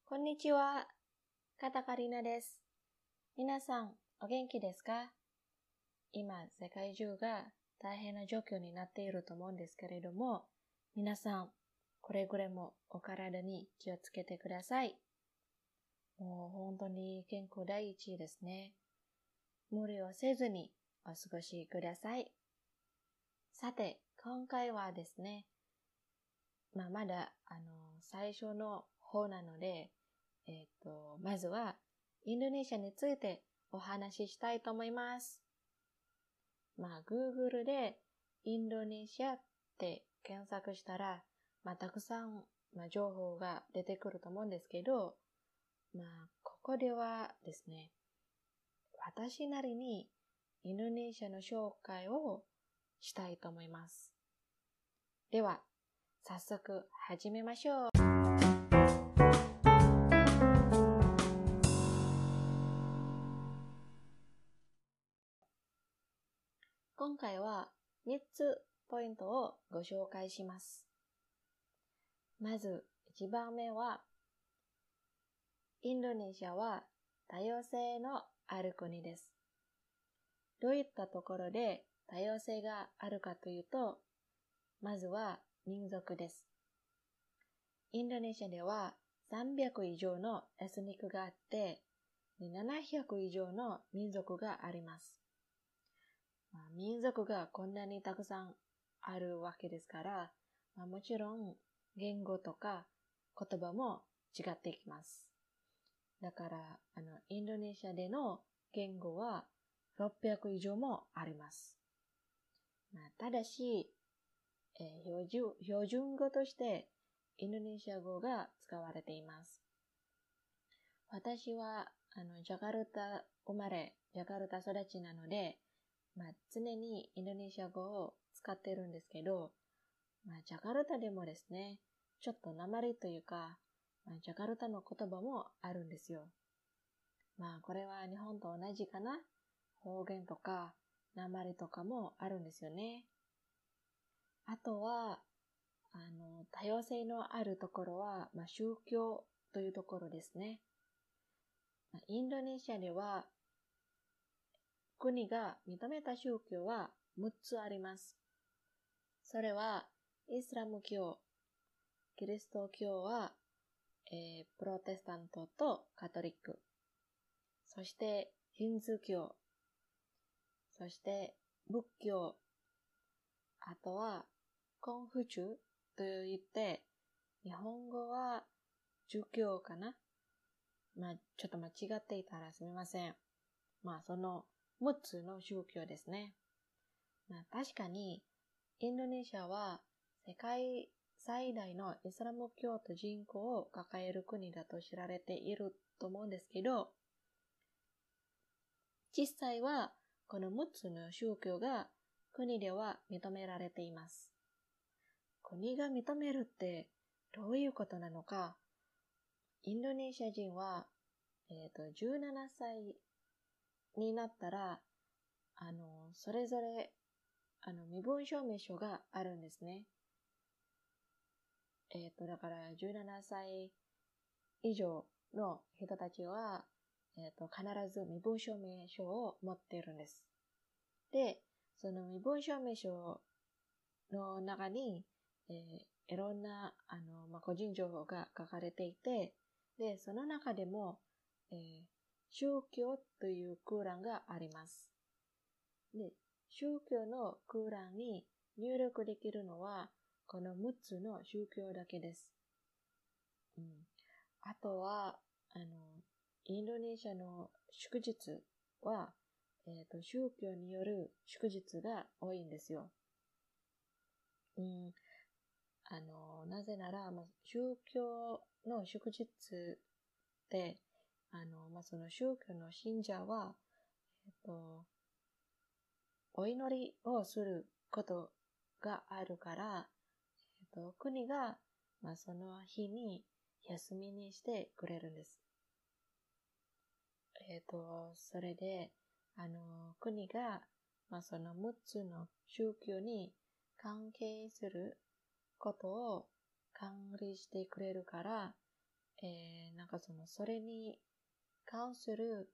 こんにちは。カタカリナです。皆さん、お元気ですか？今、世界中が大変な状況になっていると思うんですけれども、皆さん、くれぐれもお体に気をつけてください。もう本当に健康第一ですね。無理をせずにお過ごしください。さて、今回はですね、まだ最初の方なので、まずはインドネシアについてお話ししたいと思います。Google でインドネシアって検索したら、たくさん、情報が出てくると思うんですけど、ここではですね、私なりにインドネシアの紹介をしたいと思います。では、早速始めましょう。今回は3つポイントをご紹介します。まず1番目は、インドネシアは多様性のある国です。どういったところで多様性があるかというと、まずは民族です。インドネシアでは300以上のエスニックがあって、700以上の民族があります。民族がこんなにたくさんあるわけですから、もちろん言語とか言葉も違ってきます。だから、インドネシアでの言語は600以上もあります。ただし、標準語としてインドネシア語が使われています。私は、ジャカルタ生まれ、ジャカルタ育ちなので、常にインドネシア語を使ってるんですけど、ジャカルタでもですね、ちょっと訛りというか、ジャカルタの言葉もあるんですよ。これは日本と同じかな。方言とか、訛りとかもあるんですよね。あとは、多様性のあるところは、宗教というところですね。インドネシアでは、国が認めた宗教は6つあります。それは、イスラム教、キリスト教は、プロテスタントとカトリック、そしてヒンズー教、そして仏教、あとはコンフチュと言って、日本語は儒教かな。ちょっと間違っていたらすみません。その6つの宗教ですね。確かに、インドネシアは世界最大のイスラム教徒人口を抱える国だと知られていると思うんですけど、実際はこの6つの宗教が国では認められています。国が認めるってどういうことなのか、インドネシア人は、17歳になったら、それぞれ、身分証明書があるんですね。だから17歳以上の人たちは、必ず身分証明書を持っているんです。で、その身分証明書の中に、いろんな、個人情報が書かれていて、で、その中でも、宗教という空欄があります。で、宗教の空欄に入力できるのは、この6つの宗教だけです。あとは、インドネシアの祝日は、宗教による祝日が多いんですよ。なぜなら、宗教の祝日で、その宗教の信者は、お祈りをすることがあるから、国が、その日に休みにしてくれるんです。それで、国が、その6つの宗教に関係することを管理してくれるから、 なんかそれに関する、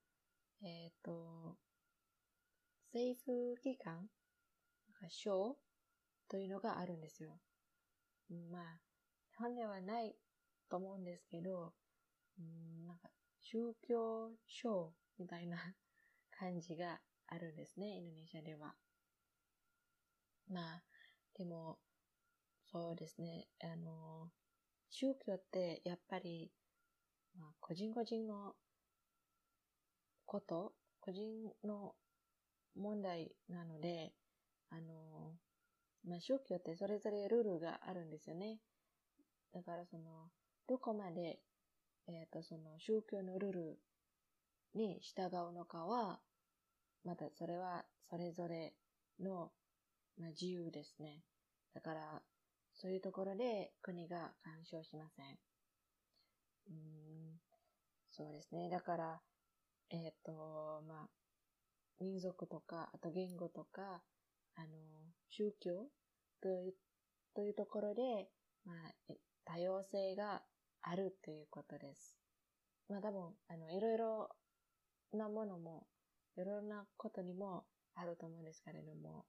政府機関、なんか省というのがあるんですよ。まあ、日本ではないと思うんですけど、なんか宗教省みたいな感じがあるんですね、インドネシアでは。まあ、でも、そうですね、宗教ってやっぱり、個人個人のこと、個人の問題なので、宗教ってそれぞれルールがあるんですよね。だからどこまで、宗教のルールに従うのかは、またそれはそれぞれの、自由ですね。だから、そういうところで国が干渉しません。そうですね。だから、民族とか、あと言語とか、宗教というところで、多様性があるということです。多分、いろいろなものも、いろいろなことにもあると思うんですけれども、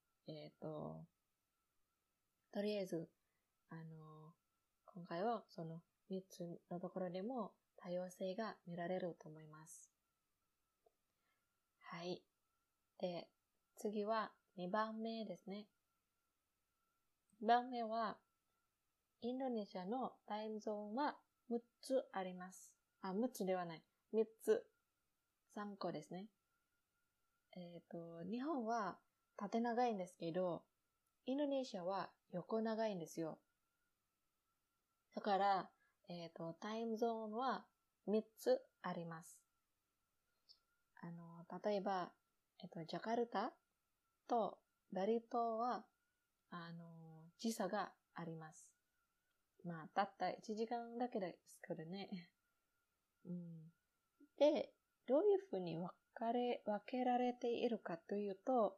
とりあえず、今回はその3つのところでも多様性が見られると思います。はい。で、次は2番目ですね。2番目は、インドネシアのタイムゾーンは6つあります。6つではない。3つ。3個ですね。日本は縦長いんですけど、インドネシアは横長いんですよ。だから、タイムゾーンは3つあります。例えば、ジャカルタとバリ島は、時差があります。たった1時間だけですけどね。で、どういうふうに分けられているかというと、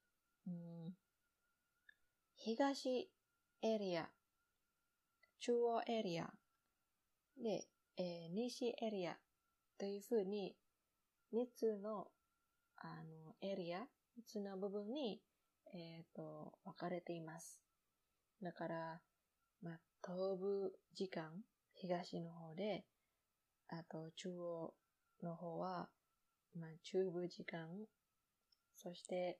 東エリア、中央エリア、で、西エリアというふうに、3つの、エリア、3つの部分に、分かれています。だから、東部時間、東の方で、あと中央の方は、中部時間、そして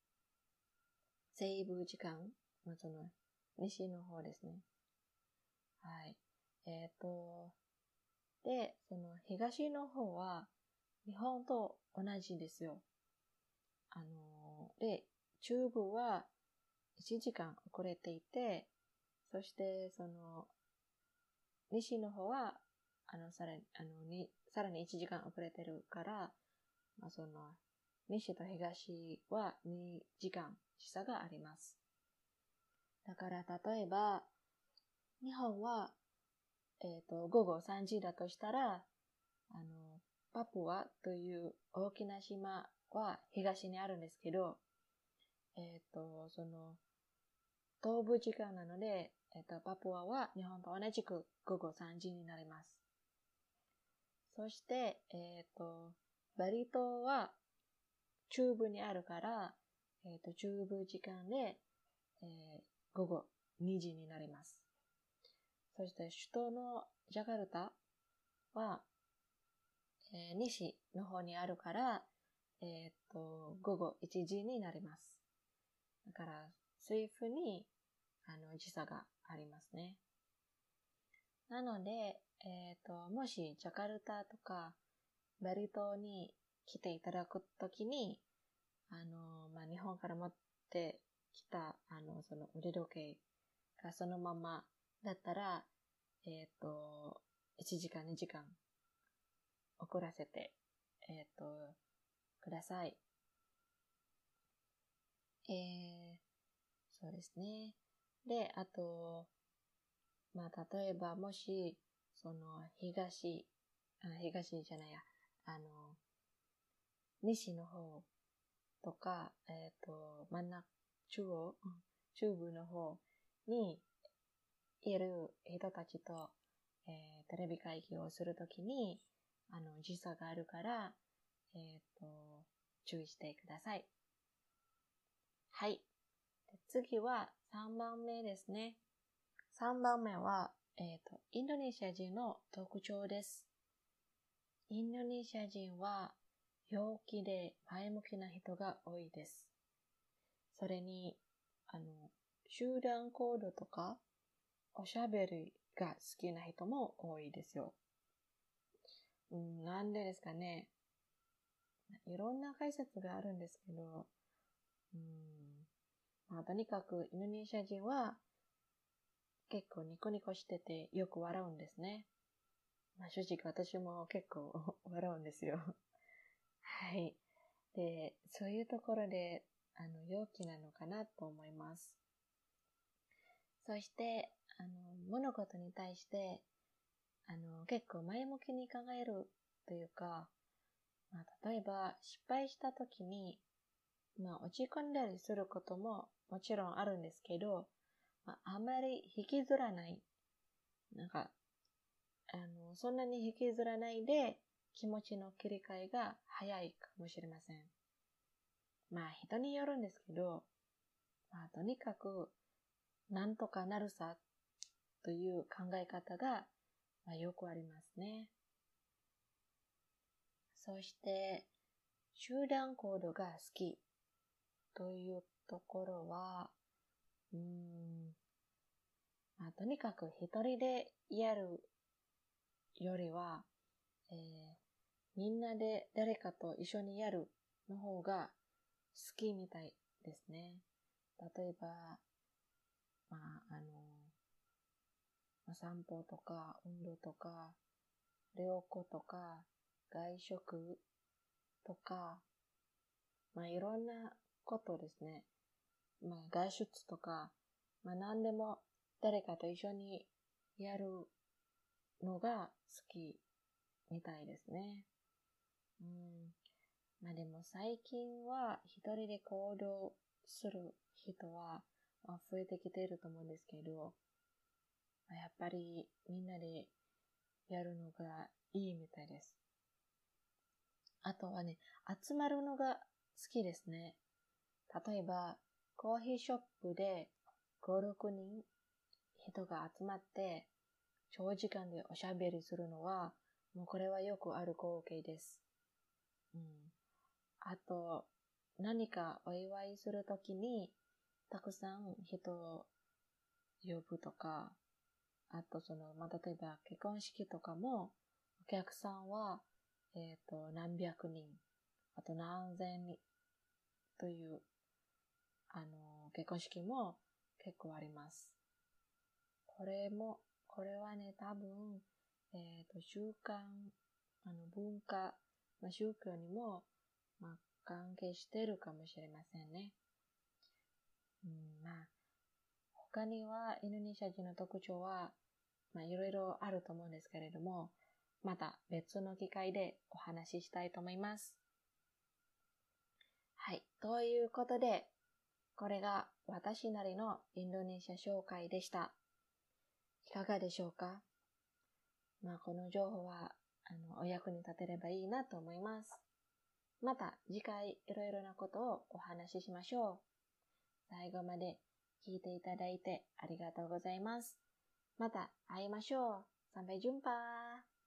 西部時間、西の方ですね。はい。で、東の方は、日本と同じですよ。で、中部は1時間遅れていて、そして、西の方は、さらに1時間遅れてるから、西と東は2時間時差があります。だから、例えば、日本は、午後3時だとしたら、パプアという大きな島は東にあるんですけど、東部時間なので、パプアは日本と同じく午後3時になります。そして、バリ島は中部にあるから、中部時間で、午後2時になります。そして首都のジャカルタは、西の方にあるから、午後1時になります。だから、そういうふうに、時差がありますね。なので、もしジャカルタとかバリ島に来ていただくときに、日本から持ってきた、腕時計がそのままだったら、1時間、2時間遅らせて、ください。そうですね。で、あと、例えばもし、東じゃないや、西の方とか、真ん中、中部の方にいる人たちと、 テレビ会議をするときに、時差があるから、注意してください。はい。次は3番目ですね。3番目は、インドネシア人の特徴です。インドネシア人は陽気で前向きな人が多いです。それに、集団行動とか、おしゃべりが好きな人も多いですよ。なんでですかね。いろんな解説があるんですけど、とにかくインドネシア人は結構ニコニコしててよく笑うんですね。正直私も結構笑うんですよ。はい。で、そういうところで、陽気なのかなと思います。そして、物事に対して、結構前向きに考えるというか、例えば失敗した時に、落ち込んだりすることももちろんあるんですけど、あまり引きずらない。そんなに引きずらないで気持ちの切り替えが早いかもしれません。人によるんですけど、とにかくなんとかなるさという考え方が、よくありますね。そして、集団行動が好きというところは、とにかく一人でやるよりは、みんなで誰かと一緒にやるの方が好きみたいですね。例えば、散歩とか運動とか旅行とか外食とか、いろんなことですね。外出とか、何でも誰かと一緒にやるのが好きみたいですね。でも最近は一人で行動する人は増えてきていると思うんですけど、やっぱりみんなでやるのがいいみたいです。あとはね、集まるのが好きですね。例えば、コーヒーショップで5、6人人が集まって長時間でおしゃべりするのは、もうこれはよくある光景です。あと、何かお祝いするときに、たくさん人を呼ぶとか、あと例えば結婚式とかも、お客さんは、何百人、あと何千人という、結婚式も結構あります。これはね、多分、習慣、文化、宗教にも、関係しているかもしれませんね。他にはインドネシア人の特徴は、いろいろあると思うんですけれども、また別の機会でお話ししたいと思います。はい。ということで、これが私なりのインドネシア紹介でした。いかがでしょうか？この情報は、お役に立てればいいなと思います。また次回いろいろなことをお話ししましょう。最後まで聞いていただいてありがとうございます。また会いましょう。Sampai jumpa.